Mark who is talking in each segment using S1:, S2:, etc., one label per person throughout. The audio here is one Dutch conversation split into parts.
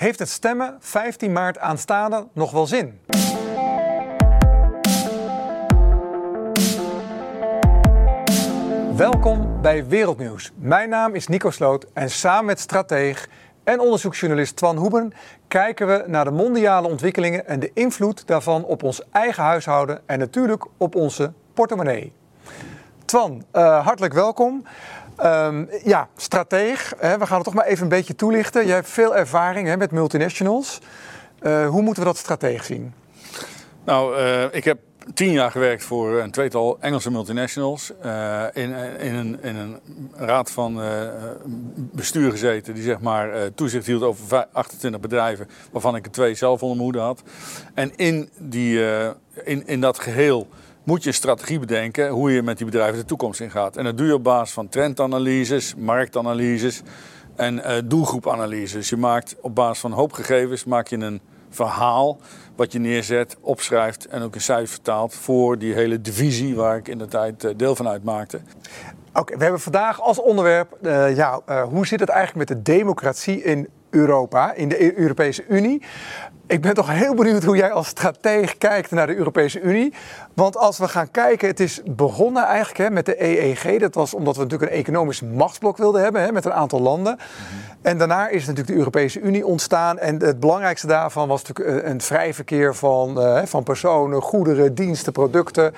S1: Heeft het stemmen 15 maart aanstaande nog wel zin? Welkom bij Wereldnieuws. Mijn naam is Nico Sloot en samen met strateeg en onderzoeksjournalist Twan Hoeben kijken we naar de mondiale ontwikkelingen en de invloed daarvan op ons eigen huishouden en natuurlijk op onze portemonnee. Twan, hartelijk welkom. Strateeg, we gaan het toch maar even een beetje toelichten. Jij hebt veel ervaring met multinationals. Hoe moeten we dat strateeg zien?
S2: Nou, ik heb 10 jaar gewerkt voor een tweetal Engelse multinationals. In een raad van bestuur gezeten die zeg maar toezicht hield over 28 bedrijven, waarvan ik er 2 zelf onder mijn hoede had. En in dat geheel moet je een strategie bedenken hoe je met die bedrijven de toekomst ingaat. En dat doe je op basis van trendanalyses, marktanalyses en doelgroepanalyses. Dus je maakt op basis van een hoop gegevens maak je een verhaal wat je neerzet, opschrijft en ook in cijfers vertaalt voor die hele divisie waar ik in de tijd deel van uitmaakte.
S1: Oké, we hebben vandaag als onderwerp, hoe zit het eigenlijk met de democratie in Europa, in de Europese Unie? Ik ben toch heel benieuwd hoe jij als strateeg kijkt naar de Europese Unie. Want als we gaan kijken, het is begonnen eigenlijk met de EEG. Dat was omdat we natuurlijk een economisch machtsblok wilden hebben met een aantal landen. En daarna is natuurlijk de Europese Unie ontstaan. En het belangrijkste daarvan was natuurlijk een vrij verkeer van personen, goederen, diensten, producten.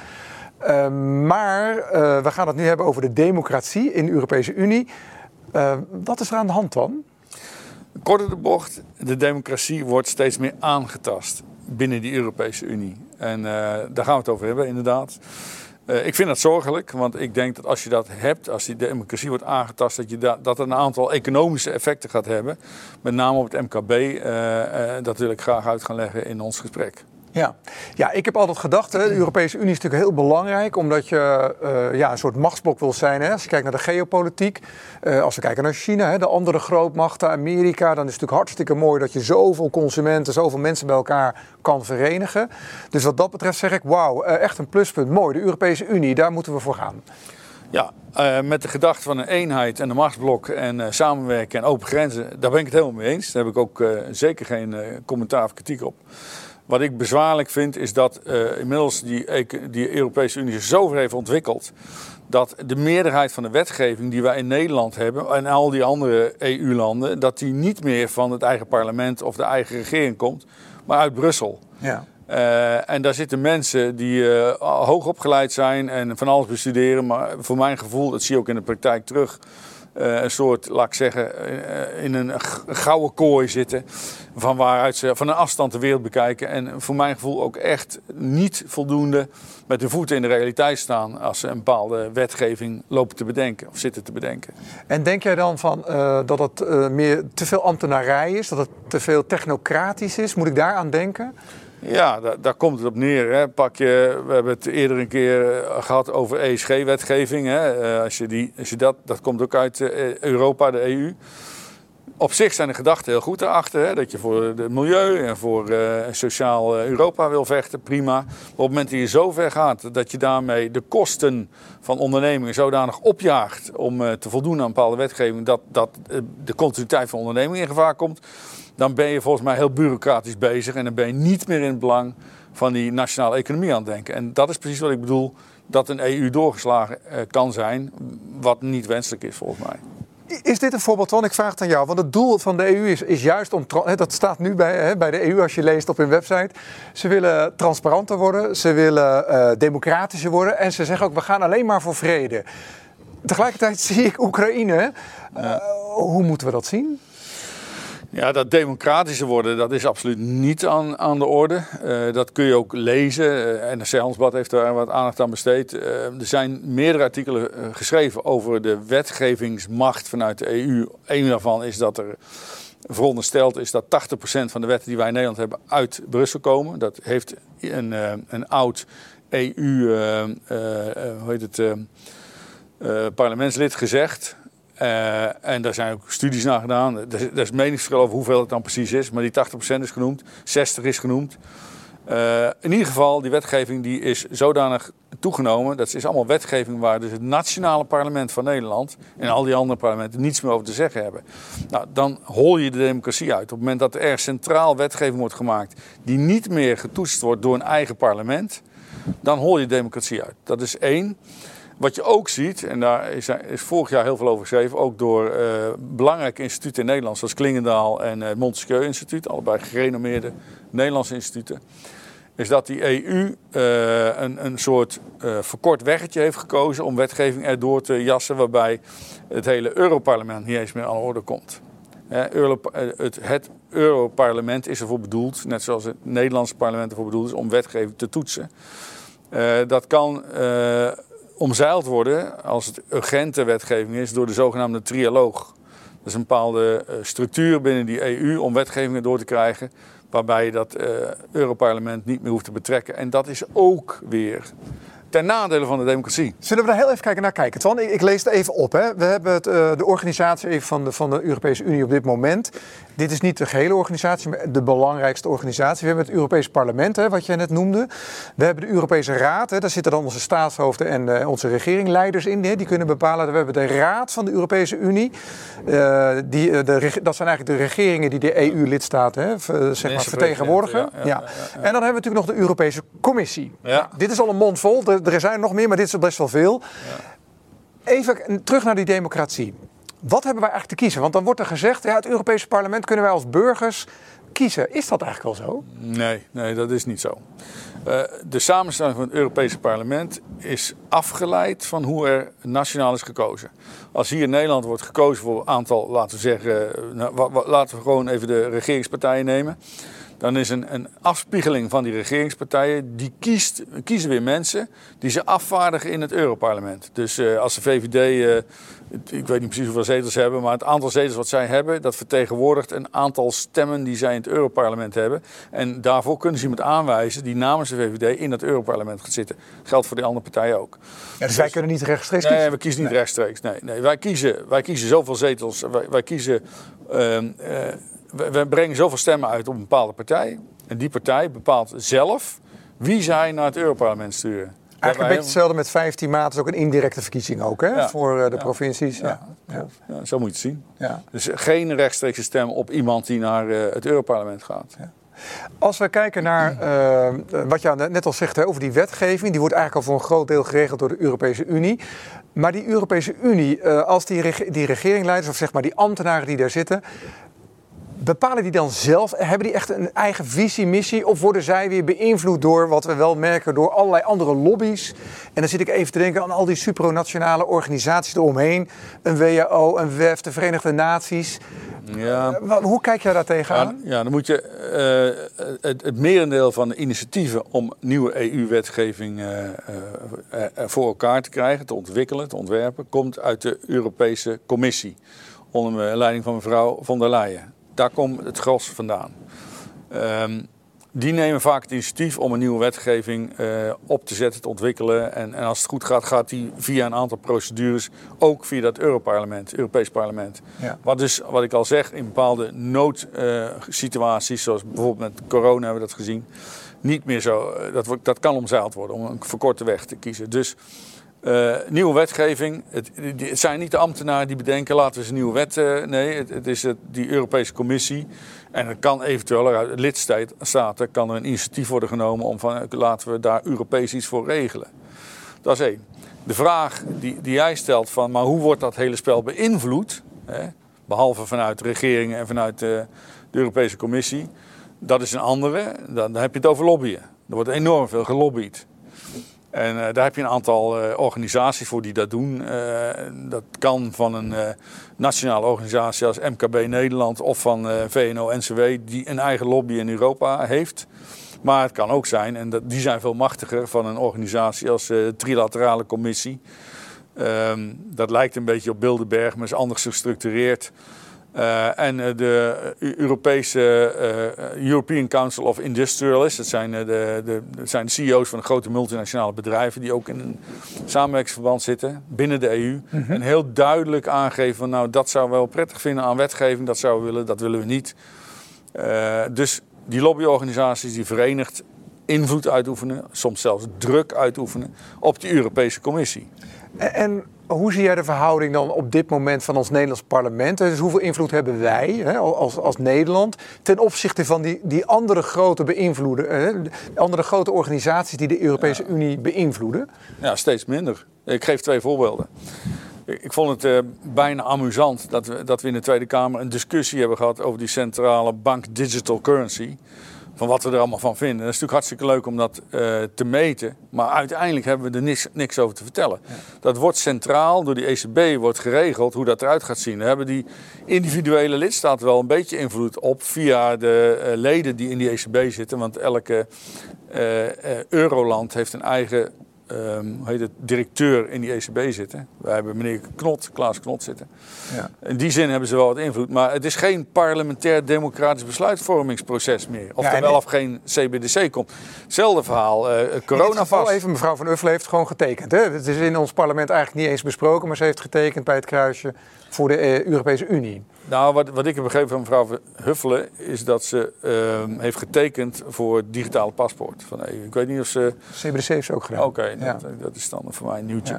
S1: Maar we gaan het nu hebben over de democratie in de Europese Unie. Wat is er aan de hand dan?
S2: Kort op de bocht, de democratie wordt steeds meer aangetast binnen die Europese Unie. En daar gaan we het over hebben, inderdaad. Ik vind dat zorgelijk, want ik denk dat als je dat hebt, als die democratie wordt aangetast, dat een aantal economische effecten gaat hebben. Met name op het MKB, dat wil ik graag uit gaan leggen in ons gesprek.
S1: Ja, ik heb altijd gedacht, de Europese Unie is natuurlijk heel belangrijk, omdat je een soort machtsblok wil zijn. Als je kijkt naar de geopolitiek, als we kijken naar China, de andere grootmachten, Amerika, dan is het natuurlijk hartstikke mooi dat je zoveel consumenten, zoveel mensen bij elkaar kan verenigen. Dus wat dat betreft zeg ik, wauw, echt een pluspunt. Mooi, de Europese Unie, daar moeten we voor gaan.
S2: Ja, met de gedachte van een eenheid en een machtsblok en samenwerken en open grenzen, daar ben ik het helemaal mee eens. Daar heb ik ook zeker geen commentaar of kritiek op. Wat ik bezwaarlijk vind is dat inmiddels die Europese Unie zich zo ver heeft ontwikkeld dat de meerderheid van de wetgeving die wij in Nederland hebben en al die andere EU-landen, dat die niet meer van het eigen parlement of de eigen regering komt, maar uit Brussel. Ja. En daar zitten mensen die hoog opgeleid zijn en van alles bestuderen, maar voor mijn gevoel, dat zie je ook in de praktijk terug, een soort, laat ik zeggen, in een gouden kooi zitten. Van waaruit ze van een afstand de wereld bekijken. En voor mijn gevoel ook echt niet voldoende met hun voeten in de realiteit staan. Als ze een bepaalde wetgeving lopen te bedenken of zitten te bedenken.
S1: En denk jij dan dat het meer te veel ambtenarij is? Dat het te veel technocratisch is? Moet ik daaraan denken?
S2: Ja, daar komt het op neer. Hè. We hebben het eerder een keer gehad over ESG-wetgeving. Dat komt ook uit Europa, de EU. Op zich zijn de gedachten heel goed erachter. Hè, dat je voor het milieu en voor sociaal Europa wil vechten, prima. Maar op het moment dat je zo ver gaat dat je daarmee de kosten van ondernemingen zodanig opjaagt om te voldoen aan bepaalde wetgeving, dat de continuïteit van ondernemingen in gevaar komt, dan ben je volgens mij heel bureaucratisch bezig en dan ben je niet meer in het belang van die nationale economie aan het denken. En dat is precies wat ik bedoel, dat een EU doorgeslagen kan zijn, wat niet wenselijk is volgens mij.
S1: Is dit een voorbeeld van? Ik vraag het aan jou. Want het doel van de EU is juist om, dat staat nu bij de EU als je leest op hun website. Ze willen transparanter worden, ze willen democratischer worden en ze zeggen ook we gaan alleen maar voor vrede. Tegelijkertijd zie ik Oekraïne. Hoe moeten we dat zien?
S2: Ja, dat democratischer worden, dat is absoluut niet aan de orde. Dat kun je ook lezen. NRC Handelsblad heeft daar wat aandacht aan besteed. Er zijn meerdere artikelen geschreven over de wetgevingsmacht vanuit de EU. Eén daarvan is dat er verondersteld is dat 80% van de wetten die wij in Nederland hebben uit Brussel komen. Dat heeft een oud EU parlementslid gezegd. En daar zijn ook studies naar gedaan. Er is meningsverschil over hoeveel het dan precies is. Maar die 80% is genoemd. 60 is genoemd. In ieder geval, die wetgeving die is zodanig toegenomen. Dat is allemaal wetgeving waar dus het nationale parlement van Nederland en al die andere parlementen niets meer over te zeggen hebben. Nou, dan hol je de democratie uit. Op het moment dat er centraal wetgeving wordt gemaakt die niet meer getoetst wordt door een eigen parlement, dan hol je de democratie uit. Dat is één. Wat je ook ziet, en daar is vorig jaar heel veel over geschreven, ook door belangrijke instituten in Nederland, zoals Klingendaal en het Montesquieu Instituut, allebei gerenommeerde Nederlandse instituten, is dat die EU een soort verkort weggetje heeft gekozen om wetgeving erdoor te jassen, waarbij het hele Europarlement niet eens meer aan de orde komt. Het Europarlement is ervoor bedoeld, net zoals het Nederlandse parlement ervoor bedoeld is, om wetgeving te toetsen. Dat kan omzeild worden, als het urgente wetgeving is, door de zogenaamde trialoog. Dat is een bepaalde structuur binnen die EU om wetgevingen door te krijgen, waarbij je dat Europarlement niet meer hoeft te betrekken. En dat is ook weer ten nadele van de democratie.
S1: Zullen we daar heel even naar kijken, Twan? Ik lees het even op. Hè. We hebben de organisatie even van de Europese Unie op dit moment. Dit is niet de gehele organisatie, maar de belangrijkste organisatie. We hebben het Europese Parlement, hè, wat jij net noemde. We hebben de Europese Raad. Hè. Daar zitten dan onze staatshoofden en onze regeringleiders in. Die kunnen bepalen. We hebben de Raad van de Europese Unie. Dat zijn eigenlijk de regeringen die de EU-lidstaten vertegenwoordigen. Ja. En dan hebben we natuurlijk nog de Europese Commissie. Ja. Nou, dit is al een mond vol. Er zijn nog meer, maar dit is best wel veel. Ja. Even terug naar die democratie. Wat hebben wij eigenlijk te kiezen? Want dan wordt er gezegd, het Europese parlement kunnen wij als burgers kiezen. Is dat eigenlijk wel zo?
S2: Nee, dat is niet zo. De samenstelling van het Europese parlement is afgeleid van hoe er nationaal is gekozen. Als hier in Nederland wordt gekozen voor een aantal, laten we zeggen, laten we gewoon even de regeringspartijen nemen. Dan is een afspiegeling van die regeringspartijen, die kiezen weer mensen die ze afvaardigen in het Europarlement. Dus als de VVD, ik weet niet precies hoeveel zetels hebben, maar het aantal zetels wat zij hebben, dat vertegenwoordigt een aantal stemmen die zij in het Europarlement hebben. En daarvoor kunnen ze iemand aanwijzen die namens de VVD in het Europarlement gaat zitten. Dat geldt voor die andere partijen ook.
S1: Ja, dus wij kunnen niet rechtstreeks kiezen?
S2: Nee, we kiezen niet rechtstreeks. Nee. Wij kiezen zoveel zetels, wij kiezen... We brengen zoveel stemmen uit op een bepaalde partij. En die partij bepaalt zelf wie zij naar het Europarlement sturen.
S1: Eigenlijk een beetje hetzelfde met 15 maart. Dat is ook een indirecte verkiezing ook, hè? Ja. Voor de provincies. Ja,
S2: zo moet je het zien. Ja. Dus geen rechtstreekse stem op iemand die naar het Europarlement gaat. Ja.
S1: Als we kijken naar wat je net al zegt over die wetgeving, die wordt eigenlijk al voor een groot deel geregeld door de Europese Unie. Maar die Europese Unie, als die regeringleiders of zeg maar die ambtenaren die daar zitten, bepalen die dan zelf, hebben die echt een eigen visie, missie, of worden zij weer beïnvloed door wat we wel merken door allerlei andere lobby's? En dan zit ik even te denken aan al die supranationale organisaties eromheen, een WHO, een WEF, de Verenigde Naties. Ja. Hoe kijk jij daar tegenaan?
S2: Ja, dan moet je het merendeel van de initiatieven om nieuwe EU-wetgeving voor elkaar te krijgen, te ontwikkelen, te ontwerpen, komt uit de Europese Commissie onder leiding van mevrouw von der Leyen. Daar komt het gros vandaan. Die nemen vaak het initiatief om een nieuwe wetgeving op te zetten, te ontwikkelen. En als het goed gaat, gaat die via een aantal procedures, ook via dat Europees parlement. Ja. Wat ik al zeg, in bepaalde noodsituaties, zoals bijvoorbeeld met corona hebben we dat gezien, niet meer zo. Dat kan omzeild worden om een verkorte weg te kiezen. Dus nieuwe wetgeving. Het zijn niet de ambtenaren die bedenken, laten we eens een nieuwe wet. Nee, het is die Europese Commissie. En het kan eventueel uit lidstaten kan er een initiatief worden genomen om van laten we daar Europees iets voor regelen. Dat is één. De vraag die jij stelt van, maar hoe wordt dat hele spel beïnvloed? Behalve vanuit de regeringen en vanuit de Europese Commissie. Dat is een andere. Dan heb je het over lobbyen. Er wordt enorm veel gelobbyd. En daar heb je een aantal organisaties voor die dat doen. Dat kan van een nationale organisatie als MKB Nederland of van VNO-NCW die een eigen lobby in Europa heeft. Maar het kan ook zijn, en die zijn veel machtiger, van een organisatie als de Trilaterale Commissie. Dat lijkt een beetje op Bilderberg, maar is anders gestructureerd. En de Europese European Council of Industrialists, dat zijn de CEO's van de grote multinationale bedrijven die ook in een samenwerkingsverband zitten binnen de EU. Mm-hmm. En heel duidelijk aangeven van nou dat zouden we wel prettig vinden aan wetgeving, dat zouden we willen, dat willen we niet. Dus die lobbyorganisaties die verenigt invloed uitoefenen, soms zelfs druk uitoefenen op de Europese Commissie.
S1: En hoe zie jij de verhouding dan op dit moment van ons Nederlands parlement? Dus hoeveel invloed hebben wij als Nederland ten opzichte van die andere grote beïnvloeden, andere grote organisaties die de Europese Unie beïnvloeden?
S2: Ja, steeds minder. Ik geef 2 voorbeelden. Ik vond het bijna amusant dat we in de Tweede Kamer een discussie hebben gehad over die centrale bank digital currency. Van wat we er allemaal van vinden. Dat is natuurlijk hartstikke leuk om dat te meten. Maar uiteindelijk hebben we er niks over te vertellen. Ja. Dat wordt centraal door die ECB wordt geregeld hoe dat eruit gaat zien. Daar hebben die individuele lidstaten wel een beetje invloed op via de leden die in die ECB zitten. Want elke euroland heeft een eigen directeur in die ECB zitten. Wij hebben meneer Klaas Knot zitten. Ja. In die zin hebben ze wel wat invloed. Maar het is geen parlementair democratisch besluitvormingsproces meer. Of er wel of geen CBDC komt. Hetzelfde verhaal, coronavast.
S1: Even mevrouw Van Uffelen heeft gewoon getekend. Hè? Het is in ons parlement eigenlijk niet eens besproken. Maar ze heeft getekend bij het kruisje voor de Europese Unie.
S2: Nou, wat ik heb begrepen van mevrouw Huffelen is dat ze heeft getekend voor het digitale paspoort van de EU. Ik weet niet of ze...
S1: CBDC heeft ze ook gedaan.
S2: Oké, dat is dan voor mij een nieuwtje.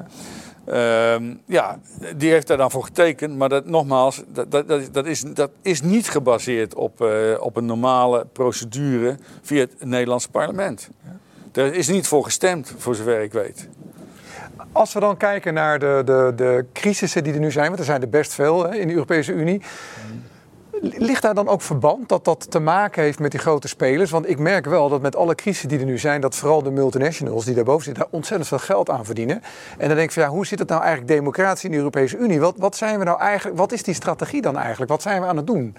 S2: Ja. Die heeft daar dan voor getekend. Maar nogmaals, dat is niet gebaseerd op een normale procedure via het Nederlandse parlement. Ja. Daar is niet voor gestemd, voor zover ik weet.
S1: Als we dan kijken naar de crisissen die er nu zijn, want er zijn er best veel in de Europese Unie. Ligt daar dan ook verband dat te maken heeft met die grote spelers? Want ik merk wel dat met alle crisissen die er nu zijn, dat vooral de multinationals die daarboven zitten, daar ontzettend veel geld aan verdienen. En dan denk ik van hoe zit het nou eigenlijk democratie in de Europese Unie? Wat zijn we nou eigenlijk? Wat is die strategie dan eigenlijk? Wat zijn we aan het doen?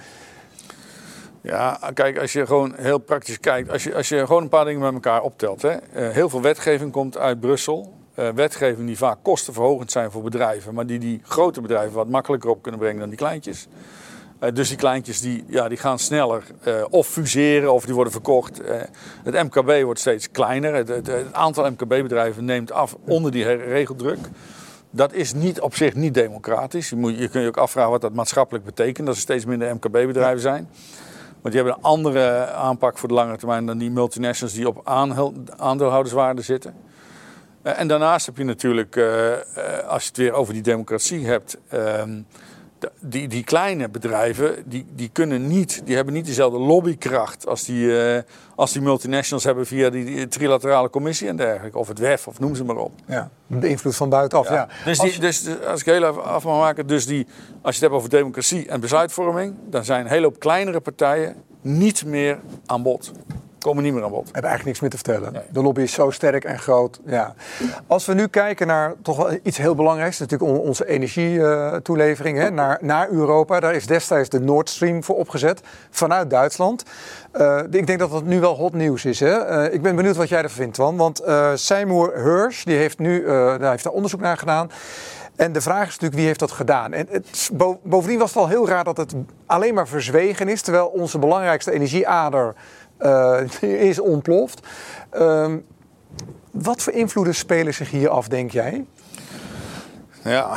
S2: Ja, kijk, als je gewoon heel praktisch kijkt, als je gewoon een paar dingen met elkaar optelt. Heel veel wetgeving komt uit Brussel. Wetgeving die vaak kostenverhogend zijn voor bedrijven, maar die grote bedrijven wat makkelijker op kunnen brengen dan die kleintjes. Dus die kleintjes die gaan sneller of fuseren of die worden verkocht. Het MKB wordt steeds kleiner. Het aantal MKB-bedrijven neemt af onder die regeldruk. Dat is op zich niet democratisch. Je kunt je ook afvragen wat dat maatschappelijk betekent. Dat er steeds minder MKB-bedrijven zijn. Want die hebben een andere aanpak voor de lange termijn dan die multinationals die op aandeelhouderswaarde zitten. En daarnaast heb je natuurlijk, als je het weer over die democratie hebt, die kleine bedrijven, die hebben niet dezelfde lobbykracht als die multinationals hebben via die trilaterale commissie en dergelijke. Of het WEF, of noem ze maar op.
S1: Ja, de invloed van buitenaf, ja.
S2: Dus als ik heel even af mag maken, als je het hebt over democratie en besluitvorming, dan zijn een hele hoop kleinere partijen niet meer aan bod. Komen niet meer aan bod.
S1: Hebben eigenlijk niks meer te vertellen. Nee. De lobby is zo sterk en groot. Ja. Als we nu kijken naar toch wel iets heel belangrijks, natuurlijk onze energietoelevering naar Europa. Daar is destijds de Nord Stream voor opgezet vanuit Duitsland. Ik denk dat dat nu wel hot nieuws is. Hè? Ik ben benieuwd wat jij ervan vindt, Twan. Want Seymour Hersh die heeft daar onderzoek naar gedaan. En de vraag is natuurlijk, wie heeft dat gedaan? En bovendien was het al heel raar dat het alleen maar verzwegen is, terwijl onze belangrijkste energieader is ontploft. Wat voor invloeden spelen zich hier af, denk jij?
S2: Ja,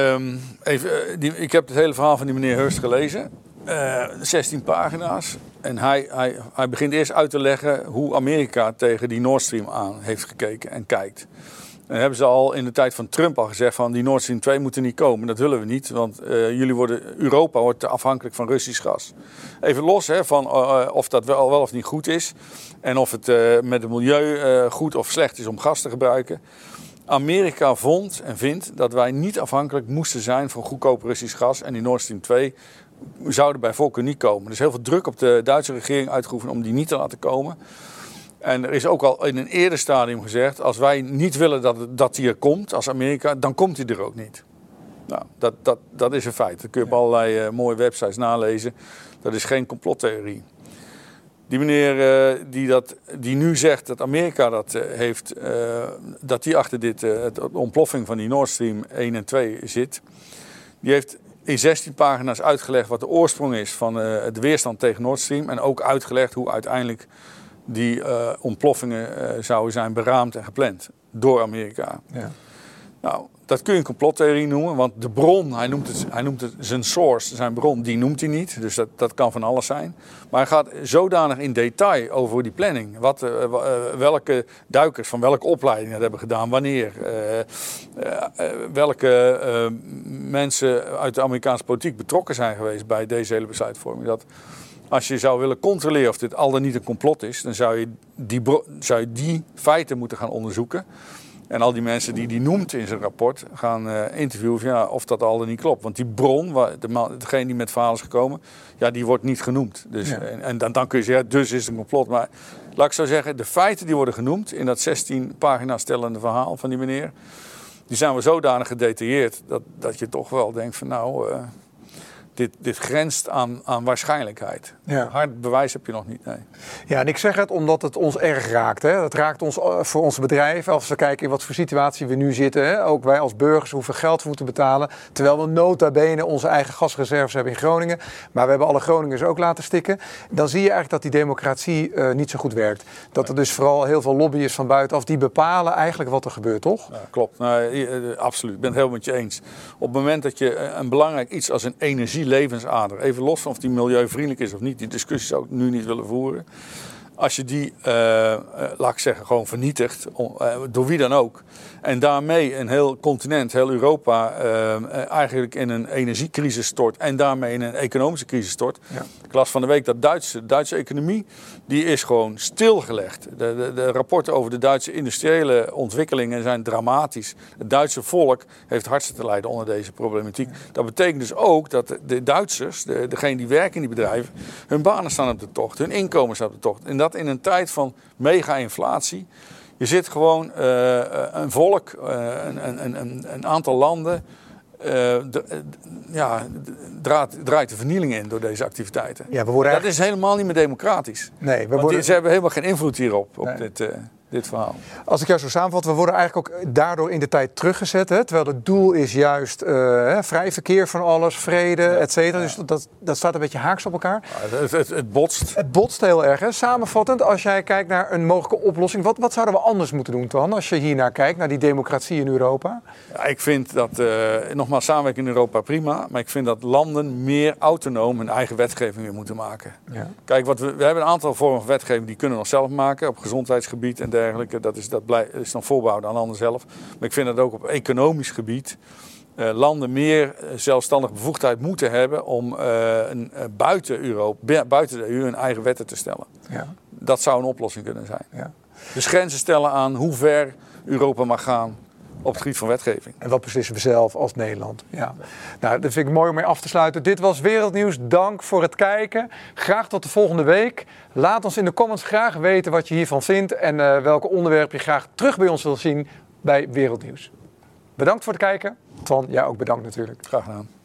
S2: ik heb het hele verhaal van die meneer Hurst gelezen. 16 pagina's. En hij begint eerst uit te leggen hoe Amerika tegen die Nord Stream aan heeft gekeken en kijkt. En hebben ze al in de tijd van Trump al gezegd van die Nord Stream 2 moet er niet komen. Dat willen we niet, want Europa wordt te afhankelijk van Russisch gas. Even los van of dat wel of niet goed is. En of het met het milieu goed of slecht is om gas te gebruiken. Amerika vond en vindt dat wij niet afhankelijk moesten zijn van goedkoop Russisch gas. En die Nord Stream 2 zouden bij voorkeur niet komen. Er is heel veel druk op de Duitse regering uitgeoefend om die niet te laten komen. En er is ook al in een eerder stadium gezegd, als wij niet willen dat die er komt als Amerika, dan komt die er ook niet. Nou, dat is een feit. Dat kun je op allerlei mooie websites nalezen. Dat is geen complottheorie. Die meneer die nu zegt dat Amerika dat heeft, dat die achter de ontploffing van die Nord Stream 1 en 2 zit, die heeft in 16 pagina's uitgelegd wat de oorsprong is van de weerstand tegen Nord Stream en ook uitgelegd hoe uiteindelijk die ontploffingen zouden zijn beraamd en gepland door Amerika. Ja. Nou, Dat kun je een complottheorie noemen, want de bron, hij noemt het zijn source, zijn bron, die noemt hij niet. Dus dat kan van alles zijn. Maar hij gaat zodanig in detail over die planning. Welke duikers van welke opleiding dat hebben gedaan, wanneer. Welke mensen uit de Amerikaanse politiek betrokken zijn geweest bij deze hele besluitvorming. Dat als je zou willen controleren of dit al dan niet een complot is, dan zou je die feiten moeten gaan onderzoeken. En al die mensen die hij noemt in zijn rapport gaan interviewen of dat al dan niet klopt. Want die bron, degene die met verhaal is gekomen, die wordt niet genoemd. Dus, ja. En dan kun je zeggen, dus is het een complot. Maar laat ik zo zeggen, de feiten die worden genoemd in dat 16 pagina stellende verhaal van die meneer, die zijn wel zodanig gedetailleerd dat je toch wel denkt van dit grenst aan waarschijnlijk. Ja. Hard bewijs heb je nog niet, nee.
S1: Ja, en ik zeg het omdat het ons erg raakt. Hè. Het raakt ons voor onze bedrijven. Als we kijken in wat voor situatie we nu zitten. Hè. Ook wij als burgers hoeveel geld we moeten betalen. Terwijl we nota bene onze eigen gasreserves hebben in Groningen. Maar we hebben alle Groningers ook laten stikken. Dan zie je eigenlijk dat die democratie niet zo goed werkt. Dat er dus vooral heel veel lobby's van buitenaf die bepalen eigenlijk wat er gebeurt, toch?
S2: Ja, klopt. Absoluut. Ik ben het helemaal met je eens. Op het moment dat je een belangrijk iets als een energielevensader, even los van of die milieuvriendelijk is of niet, die discussie zou ik nu niet willen voeren. Als je die, laat ik zeggen, gewoon vernietigt, door wie dan ook. En daarmee een heel continent, heel Europa, eigenlijk in een energiecrisis stort. En daarmee in een economische crisis stort. Ja. Ik las van de week dat Duitse economie, die is gewoon stilgelegd. De rapporten over de Duitse industriële ontwikkelingen zijn dramatisch. Het Duitse volk heeft hartstikke te lijden onder deze problematiek. Dat betekent dus ook dat de Duitsers, degenen die werken in die bedrijven, hun banen staan op de tocht, hun inkomen staan op de tocht. En dat in een tijd van mega-inflatie. Je zit gewoon een volk, een aantal landen, draait de vernieling in door deze activiteiten. Ja, dat is helemaal niet meer democratisch. Nee, ze hebben helemaal geen invloed hierop, op dit verhaal.
S1: Als ik jou zo samenvat, we worden eigenlijk ook daardoor in de tijd teruggezet. Hè? Terwijl het doel is juist vrij verkeer van alles, vrede, et cetera. Dus dat staat een beetje haaks op elkaar.
S2: Ja, het botst.
S1: Het botst heel erg. Hè? Samenvattend, als jij kijkt naar een mogelijke oplossing, wat zouden we anders moeten doen, Twan, als je hiernaar kijkt, naar die democratie in Europa?
S2: Ja, ik vind dat, nogmaals, samenwerking in Europa prima, maar ik vind dat landen meer autonoom hun eigen wetgeving weer moeten maken. Ja. Kijk, we hebben een aantal vormen van wetgeving die kunnen we nog zelf maken, op gezondheidsgebied en dergelijke. Dat is dan voorbehouden aan landen zelf. Maar ik vind dat ook op economisch gebied landen meer zelfstandig bevoegdheid moeten hebben om buiten de EU hun eigen wetten te stellen. Ja. Dat zou een oplossing kunnen zijn. Ja. Dus grenzen stellen aan hoe ver Europa mag gaan op het gebied van wetgeving.
S1: En wat beslissen we zelf als Nederland. Ja. Nou, dat vind ik mooi om mee af te sluiten. Dit was Wereldnieuws. Dank voor het kijken. Graag tot de volgende week. Laat ons in de comments graag weten wat je hiervan vindt en welke onderwerpen je graag terug bij ons wilt zien bij Wereldnieuws. Bedankt voor het kijken. Twan, jij ook bedankt natuurlijk.
S2: Graag gedaan.